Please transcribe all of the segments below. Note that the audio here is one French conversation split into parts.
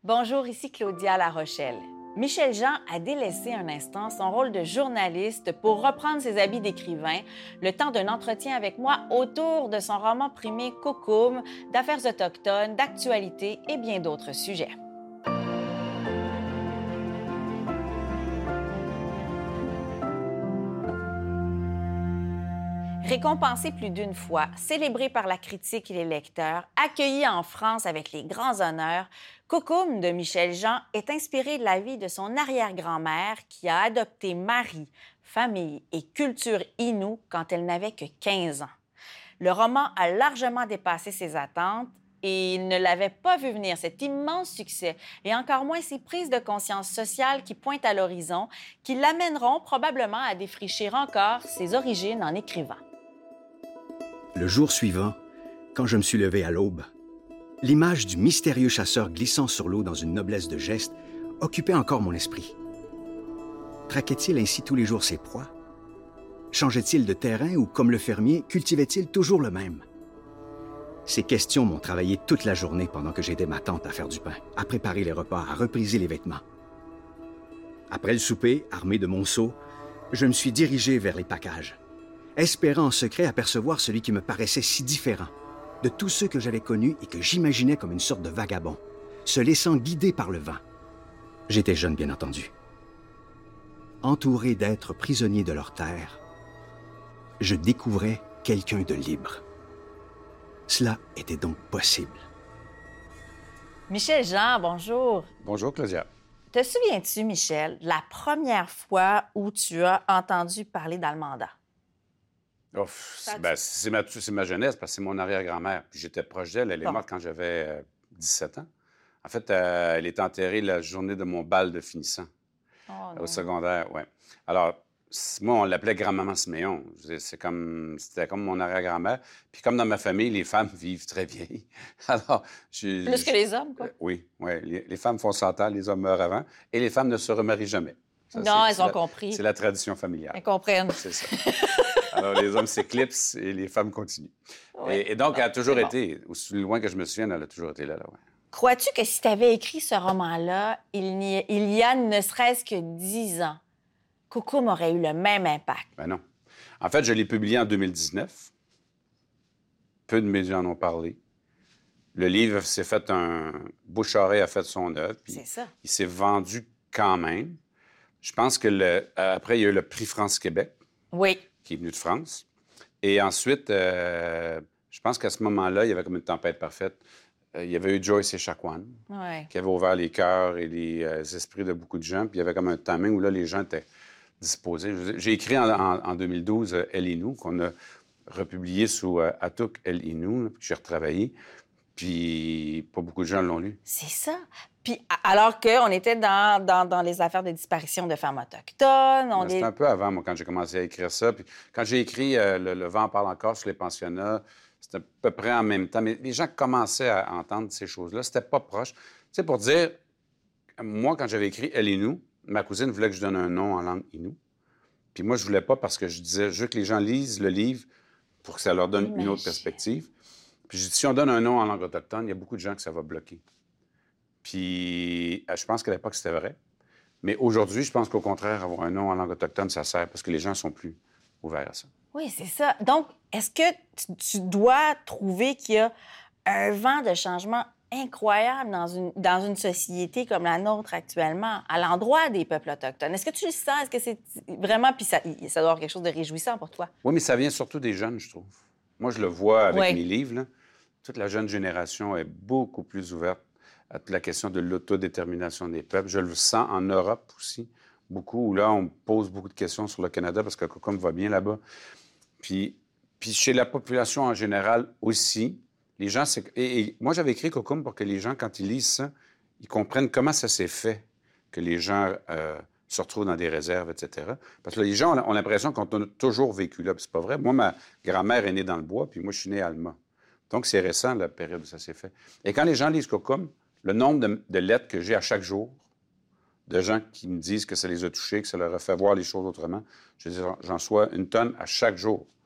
Bonjour, ici Claudia La Rochelle. Michel Jean a délaissé un instant son rôle de journaliste pour reprendre ses habits d'écrivain, le temps d'un entretien avec moi autour de son roman primé Kokoum, d'affaires autochtones, d'actualité et bien d'autres sujets. Récompensé plus d'une fois, célébré par la critique et les lecteurs, accueilli en France avec les grands honneurs, Kokoum de Michel Jean est inspiré de la vie de son arrière-grand-mère qui a adopté Marie, famille et culture Innu quand elle n'avait que 15 ans. Le roman a largement dépassé ses attentes et il ne l'avait pas vu venir, cet immense succès, et encore moins ces prises de conscience sociales qui pointent à l'horizon, qui l'amèneront probablement à défricher encore ses origines en écrivant. Le jour suivant, quand je me suis levé à l'aube, l'image du mystérieux chasseur glissant sur l'eau dans une noblesse de geste occupait encore mon esprit. Traquait-il ainsi tous les jours ses proies? Changeait-il de terrain ou, comme le fermier, cultivait-il toujours le même? Ces questions m'ont travaillé toute la journée pendant que j'aidais ma tante à faire du pain, à préparer les repas, à repriser les vêtements. Après le souper, armé de mon seau, je me suis dirigé vers les packages, espérant en secret apercevoir celui qui me paraissait si différent de tous ceux que j'avais connus et que j'imaginais comme une sorte de vagabond, se laissant guider par le vent. J'étais jeune, bien entendu. Entouré d'êtres prisonniers de leur terre, je découvrais quelqu'un de libre. Cela était donc possible. Michel Jean, bonjour. Bonjour, Claudia. Te souviens-tu, Michel, de la première fois où tu as entendu parler d'Almanda? Oh, c'est ma jeunesse, parce que c'est mon arrière-grand-mère. Puis j'étais proche d'elle. Elle est morte quand j'avais 17 ans. En fait, elle est enterrée la journée de mon bal de finissant au secondaire, oui. Alors, moi, on l'appelait grand-maman Siméon. C'était comme mon arrière-grand-mère. Puis comme dans ma famille, les femmes vivent très vieilles. Alors, plus que les hommes, quoi. Oui. Les femmes font 100 ans, les hommes meurent avant. Et les femmes ne se remarient jamais. Non, elles ont compris. C'est la tradition familiale. Elles comprennent. C'est ça. Alors, les hommes s'éclipsent et les femmes continuent. Oui. Et donc, elle a toujours été, aussi loin que je me souvienne, elle a toujours été là. Ouais. Crois-tu que si tu avais écrit ce roman-là, il y a ne serait-ce que 10 ans, Kokoum aurait eu le même impact? Ben non. En fait, je l'ai publié en 2019. Peu de médias en ont parlé. Le livre s'est fait Bouche-oreille a fait son œuvre. C'est ça. Il s'est vendu quand même. Je pense que après, il y a eu le prix France-Québec. Oui. Qui est venu de France. Et ensuite, je pense qu'à ce moment-là, il y avait comme une tempête parfaite. Il y avait eu Joyce Echaquan, qui avait ouvert les cœurs et les esprits de beaucoup de gens. Puis il y avait comme un timing où là, les gens étaient disposés. J'ai écrit en 2012 El Innu, qu'on a republié sous Atuk El Innu, puis j'ai retravaillé. Puis pas beaucoup de gens l'ont lu. C'est ça. Puis alors qu'on était dans les affaires de disparition de femmes autochtones. C'était un peu avant, moi, quand j'ai commencé à écrire ça. Puis quand j'ai écrit Le vent parle encore sur les pensionnats, c'était à peu près en même temps. Mais les gens commençaient à entendre ces choses-là. C'était pas proche. Tu sais, pour dire, moi, quand j'avais écrit El Innu, ma cousine voulait que je donne un nom en langue Innu. Puis moi, je voulais pas parce que je veux que les gens lisent le livre pour que ça leur donne une autre perspective. Puis j'ai dit, si on donne un nom en langue autochtone, il y a beaucoup de gens que ça va bloquer. Puis je pense qu'à l'époque, c'était vrai. Mais aujourd'hui, je pense qu'au contraire, avoir un nom en langue autochtone, ça sert parce que les gens sont plus ouverts à ça. Oui, c'est ça. Donc, est-ce que tu dois trouver qu'il y a un vent de changement incroyable dans une société comme la nôtre actuellement, à l'endroit des peuples autochtones? Est-ce que tu le sens? Est-ce que c'est vraiment... Puis ça doit avoir quelque chose de réjouissant pour toi. Oui, mais ça vient surtout des jeunes, je trouve. Moi, je le vois avec mes livres, là. Toute la jeune génération est beaucoup plus ouverte à la question de l'autodétermination des peuples. Je le sens en Europe aussi, beaucoup, où là, on pose beaucoup de questions sur le Canada parce que Kokoum va bien là-bas. Puis chez la population en général aussi, les gens... Et moi, j'avais écrit Kokoum pour que les gens, quand ils lisent ça, ils comprennent comment ça s'est fait que les gens se retrouvent dans des réserves, etc. Parce que là, les gens ont l'impression qu'on a toujours vécu là, puis c'est pas vrai. Moi, ma grand-mère est née dans le bois, puis moi, je suis né à Alma. Donc, c'est récent, la période où ça s'est fait. Et quand les gens lisent Kokoum, le nombre de lettres que j'ai à chaque jour, de gens qui me disent que ça les a touchés, que ça leur a fait voir les choses autrement, je veux dire, j'en reçois une tonne à chaque jour.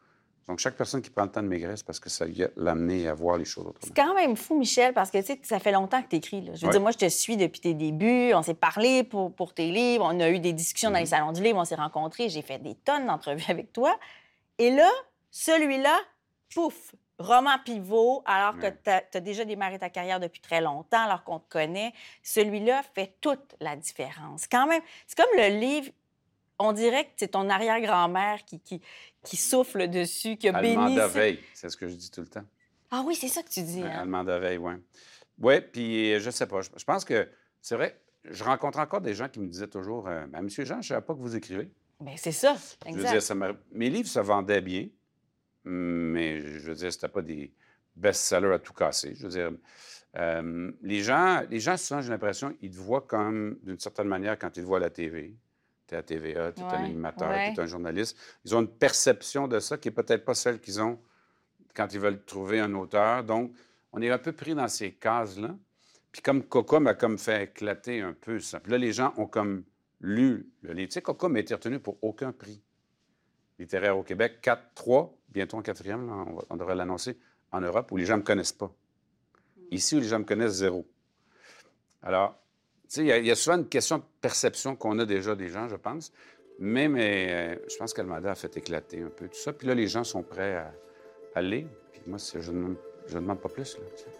Donc, chaque personne qui prend le temps de m'écrire, c'est parce que ça l'a amené à voir les choses autrement. C'est quand même fou, Michel, parce que, tu sais, ça fait longtemps que tu écris. Je veux dire, moi, je te suis depuis tes débuts. On s'est parlé pour tes livres. On a eu des discussions dans les salons du livre. On s'est rencontrés. J'ai fait des tonnes d'entrevues avec toi. Et là, celui-là, pouf, roman pivot, alors que tu as déjà démarré ta carrière depuis très longtemps, alors qu'on te connaît. Celui-là fait toute la différence. Quand même, c'est comme le livre... On dirait que c'est ton arrière-grand-mère qui souffle dessus, qui a béni... Allemande veille, c'est ce que je dis tout le temps. Ah oui, c'est ça que tu dis. Hein? Allemande veille, oui. Oui, puis je sais pas. Je pense que, c'est vrai, je rencontre encore des gens qui me disaient toujours ben, Monsieur Jean, je ne savais pas que vous écrivez. Bien, c'est ça, exact. Je veux dire, mes livres se vendaient bien, mais je veux dire, c'était pas des best-sellers à tout casser. Je veux dire, les gens, souvent, j'ai l'impression, ils te voient comme, d'une certaine manière, quand ils te voient à la TV. Tu es à TVA, tu es un animateur, tu es un journaliste. Ils ont une perception de ça qui n'est peut-être pas celle qu'ils ont quand ils veulent trouver un auteur. Donc, on est un peu pris dans ces cases-là. Puis comme Cocum a comme fait éclater un peu ça. Puis là, les gens ont comme lu le livre. Tu sais, Cocum a été retenu pour aucun prix littéraire au Québec. 3, bientôt en 4e, là, on devrait l'annoncer, en Europe, où les gens ne me connaissent pas. Ici, où les gens me connaissent 0. Alors... Tu sais, il y a souvent une question de perception qu'on a déjà des gens, je pense. Mais je pense qu'Almada a fait éclater un peu tout ça. Puis là, les gens sont prêts à lire. Puis moi, je ne demande pas plus. Là, tu sais.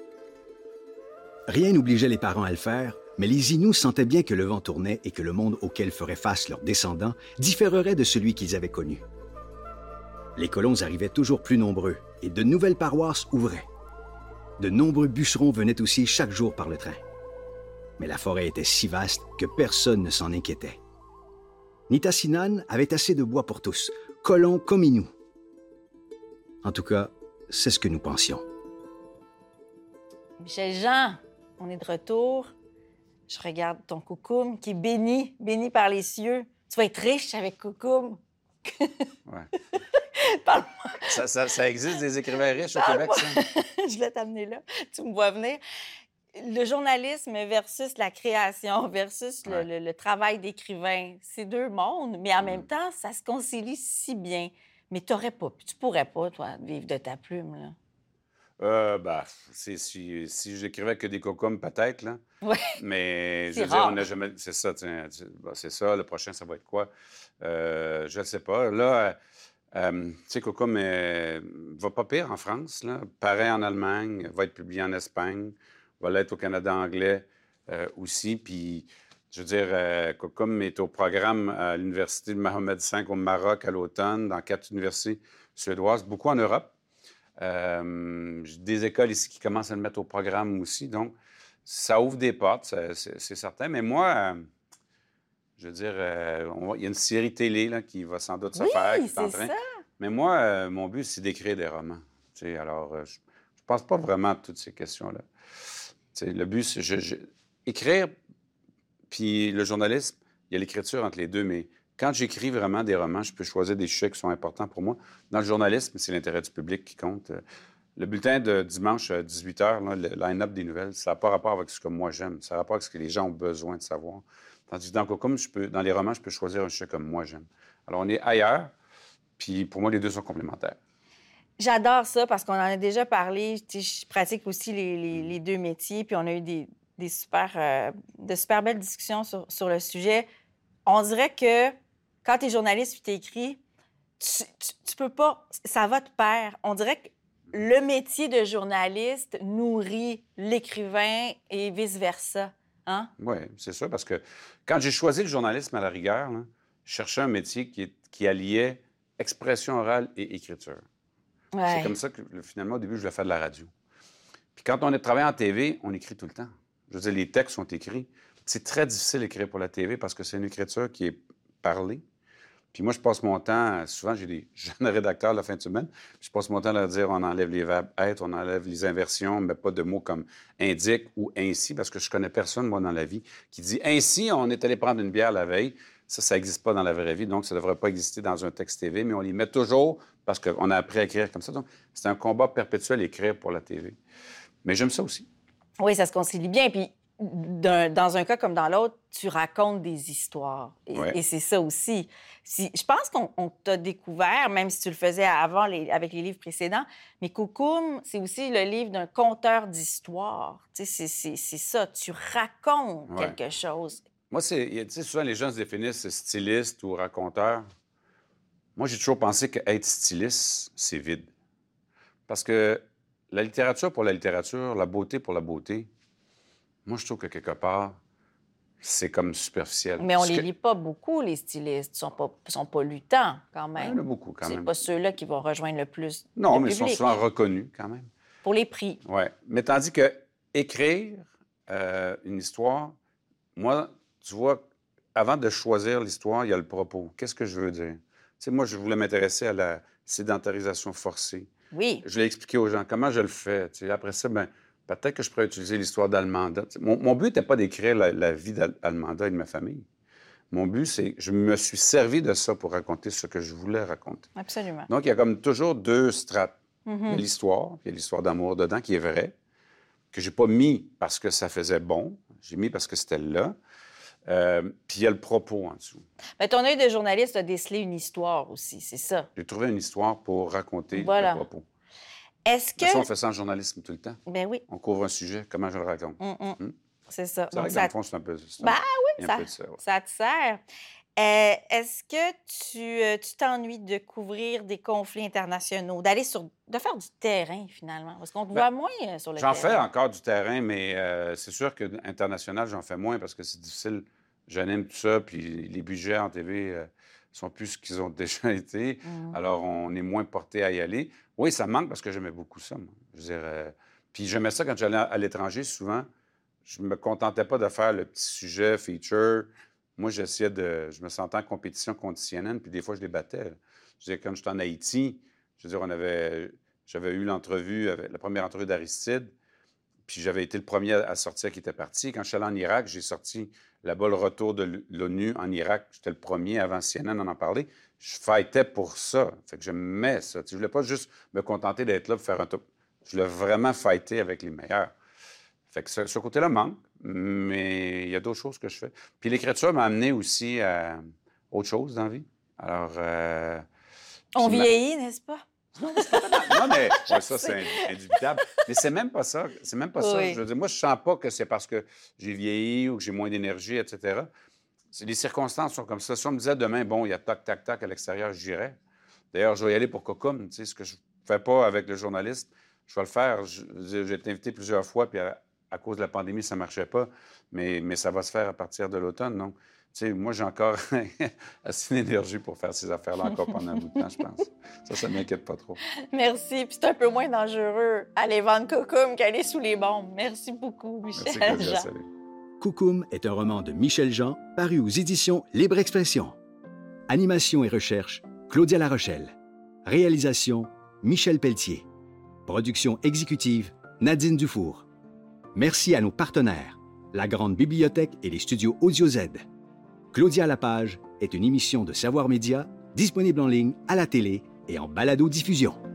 Rien n'obligeait les parents à le faire, mais les Inuits sentaient bien que le vent tournait et que le monde auquel feraient face leurs descendants différerait de celui qu'ils avaient connu. Les colons arrivaient toujours plus nombreux et de nouvelles paroisses ouvraient. De nombreux bûcherons venaient aussi chaque jour par le train. Mais la forêt était si vaste que personne ne s'en inquiétait. Nitassinan avait assez de bois pour tous, colons comme Inuits. En tout cas, c'est ce que nous pensions. Michel Jean, on est de retour. Je regarde ton Cocum qui est béni par les cieux. Tu vas être riche avec Cocum. Ouais. Parle-moi. Ça existe des écrivains riches au Québec, ça? Je vais t'amener là. Tu me vois venir. Le journalisme versus la création versus le travail d'écrivain, c'est deux mondes, mais en même temps, ça se concilie si bien. Mais tu pourrais pas, toi, vivre de ta plume, là. Si j'écrivais que des Cocums, peut-être, là. Oui. Mais, je veux rare. dire, on n'a jamais... C'est ça, tiens, c'est ça, le prochain, ça va être quoi? Je ne sais pas. Là, tu sais, Cocum va pas pire en France, là. Paraît en Allemagne, va être publié en Espagne, va l'être au Canada anglais aussi. Puis, je veux dire, Cocum est au programme à l'Université de Mohamed V au Maroc à l'automne, dans 4 universités suédoises, beaucoup en Europe. Des écoles ici qui commencent à le mettre au programme aussi. Donc, ça ouvre des portes, c'est certain. Mais moi, je veux dire, il y a une série télé là, qui va sans doute se faire, qui est en train. Ça. Mais moi, mon but, c'est d'écrire des romans. Tu sais, alors, je ne pense pas vraiment à toutes ces questions-là. Tu sais, le but, c'est écrire, puis le journalisme, il y a l'écriture entre les deux, mais quand j'écris vraiment des romans, je peux choisir des sujets qui sont importants pour moi. Dans le journalisme, c'est l'intérêt du public qui compte. Le bulletin de dimanche à 18h, là, le line-up des nouvelles, ça n'a pas rapport avec ce que moi j'aime. Ça a rapport avec ce que les gens ont besoin de savoir. Tandis que dans Cocum, dans les romans, je peux choisir un sujet comme moi j'aime. Alors, on est ailleurs, puis pour moi, les deux sont complémentaires. J'adore ça parce qu'on en a déjà parlé. Je pratique aussi les deux métiers, puis on a eu de super belles discussions sur le sujet. On dirait que quand tu es journaliste puis tu écris, tu peux pas... Ça va de pair. On dirait que le métier de journaliste nourrit l'écrivain et vice-versa. Hein? Oui, c'est ça, parce que quand j'ai choisi le journalisme à la rigueur, là, je cherchais un métier qui alliait expression orale et écriture. Ouais. C'est comme ça que, finalement, au début, je voulais faire de la radio. Puis quand on est travaillé en TV, on écrit tout le temps. Je veux dire, les textes sont écrits. C'est très difficile d'écrire pour la TV parce que c'est une écriture qui est parlée. Puis moi, je passe mon temps... Souvent, j'ai des jeunes rédacteurs la fin de semaine. Je passe mon temps à leur dire, on enlève les verbes « être », on enlève les inversions, on ne met pas de mots comme « indique » ou « ainsi », parce que je connais personne, moi, dans la vie, qui dit « ainsi, on est allé prendre une bière la veille ». Ça n'existe pas dans la vraie vie, donc ça ne devrait pas exister dans un texte TV, mais on les met toujours parce qu'on a appris à écrire comme ça. Donc, c'est un combat perpétuel, écrire pour la TV. Mais j'aime ça aussi. Oui, ça se concilie bien. Puis dans un cas comme dans l'autre, tu racontes des histoires. Et c'est ça aussi. Je pense qu'on t'a découvert, même si tu le faisais avant avec les livres précédents, mais Coucoum, c'est aussi le livre d'un conteur d'histoires. C'est ça, tu racontes quelque chose. Moi, souvent, les gens se définissent styliste ou raconteur. Moi, j'ai toujours pensé qu'être styliste, c'est vide. Parce que la littérature pour la littérature, la beauté pour la beauté, moi, je trouve que quelque part, c'est comme superficiel. Mais on les lit pas beaucoup, les stylistes. Ils sont pas lutants, quand même. Il y en a beaucoup, quand même. C'est pas ceux-là qui vont rejoindre le plus Non, le mais public. ils sont souvent reconnus, quand même. Pour les prix. Oui. Mais tandis que écrire une histoire, moi, tu vois, avant de choisir l'histoire, il y a le propos. Qu'est-ce que je veux dire? Tu sais, moi, je voulais m'intéresser à la sédentarisation forcée. Oui. Je l'ai expliqué aux gens. Comment je le fais? Tu sais, après ça, peut-être que je pourrais utiliser l'histoire d'Almanda. Mon but n'était pas d'écrire la vie d'Almanda et de ma famille. Mon but, c'est que je me suis servi de ça pour raconter ce que je voulais raconter. Absolument. Donc, il y a comme toujours deux strates. Il y a l'histoire, puis il y a l'histoire d'amour dedans qui est vraie, que j'ai pas mis parce que ça faisait bon. J'ai mis parce que c'était là. Puis il y a le propos en dessous. Mais ton œil de journaliste a décelé une histoire aussi, c'est ça. J'ai trouvé une histoire pour raconter le propos. Est-ce que... Ça, on fait ça en journalisme tout le temps. Ben oui. On couvre un sujet, comment je le raconte. C'est ça. C'est vrai que dans le fond, c'est un peu... Ben oui, un peu de ça, ça te sert. Est-ce que tu t'ennuies de couvrir des conflits internationaux, de faire du terrain, finalement? Parce qu'on te voit moins sur le terrain. J'en fais encore du terrain, mais c'est sûr que international, j'en fais moins parce que c'est difficile. J'anime tout ça, puis les budgets en TV sont plus ce qu'ils ont déjà été. Alors, on est moins porté à y aller. Oui, ça me manque parce que j'aimais beaucoup ça, moi. Je veux dire, puis j'aimais ça quand j'allais à l'étranger, souvent. Je me contentais pas de faire le petit sujet, feature. Moi, je me sentais en compétition contre CNN, puis des fois, je les battais. Je veux dire, quand j'étais en Haïti, je veux dire, j'avais eu la première entrevue d'Aristide, puis j'avais été le premier à sortir qui était parti. Quand je suis allé en Irak, j'ai sorti là-bas le retour de l'ONU en Irak. J'étais le premier avant CNN à en parler. Je fightais pour ça. Fait que j'aimais ça. Je voulais pas juste me contenter d'être là pour faire un top. Je voulais vraiment fighter avec les meilleurs. Fait que ce côté-là manque, mais il y a d'autres choses que je fais. Puis l'écriture m'a amené aussi à autre chose dans la vie. Alors... on vieillit, n'est-ce pas? Non, mais ça, c'est indubitable. Mais c'est même pas ça. C'est même pas ça. Je veux dire, moi, je sens pas que c'est parce que j'ai vieilli ou que j'ai moins d'énergie, etc. Les circonstances sont comme ça. Si on me disait demain, bon, il y a tac, tac, tac à l'extérieur, j'irais. D'ailleurs, je vais y aller pour Coucoum. Tu sais, ce que je fais pas avec le journaliste, je vais le faire. J'ai été invité plusieurs fois, puis à cause de la pandémie, ça marchait pas. Mais ça va se faire à partir de l'automne. Donc, tu sais, moi, j'ai encore assez d'énergie pour faire ces affaires-là encore pendant un bout de temps, je pense. Ça ne m'inquiète pas trop. Merci. Puis c'est un peu moins dangereux aller vendre Coucoum qu'aller sous les bombes. Merci beaucoup, Michel Jean. Salut. Coucoum est un roman de Michel Jean paru aux éditions Libre Expression. Animation et recherche, Claudia Larochelle. Réalisation, Michel Pelletier. Production exécutive, Nadine Dufour. Merci à nos partenaires, la Grande Bibliothèque et les studios Audio Z. Claudia Lapage est une émission de Savoir Média disponible en ligne, à la télé et en balado-diffusion.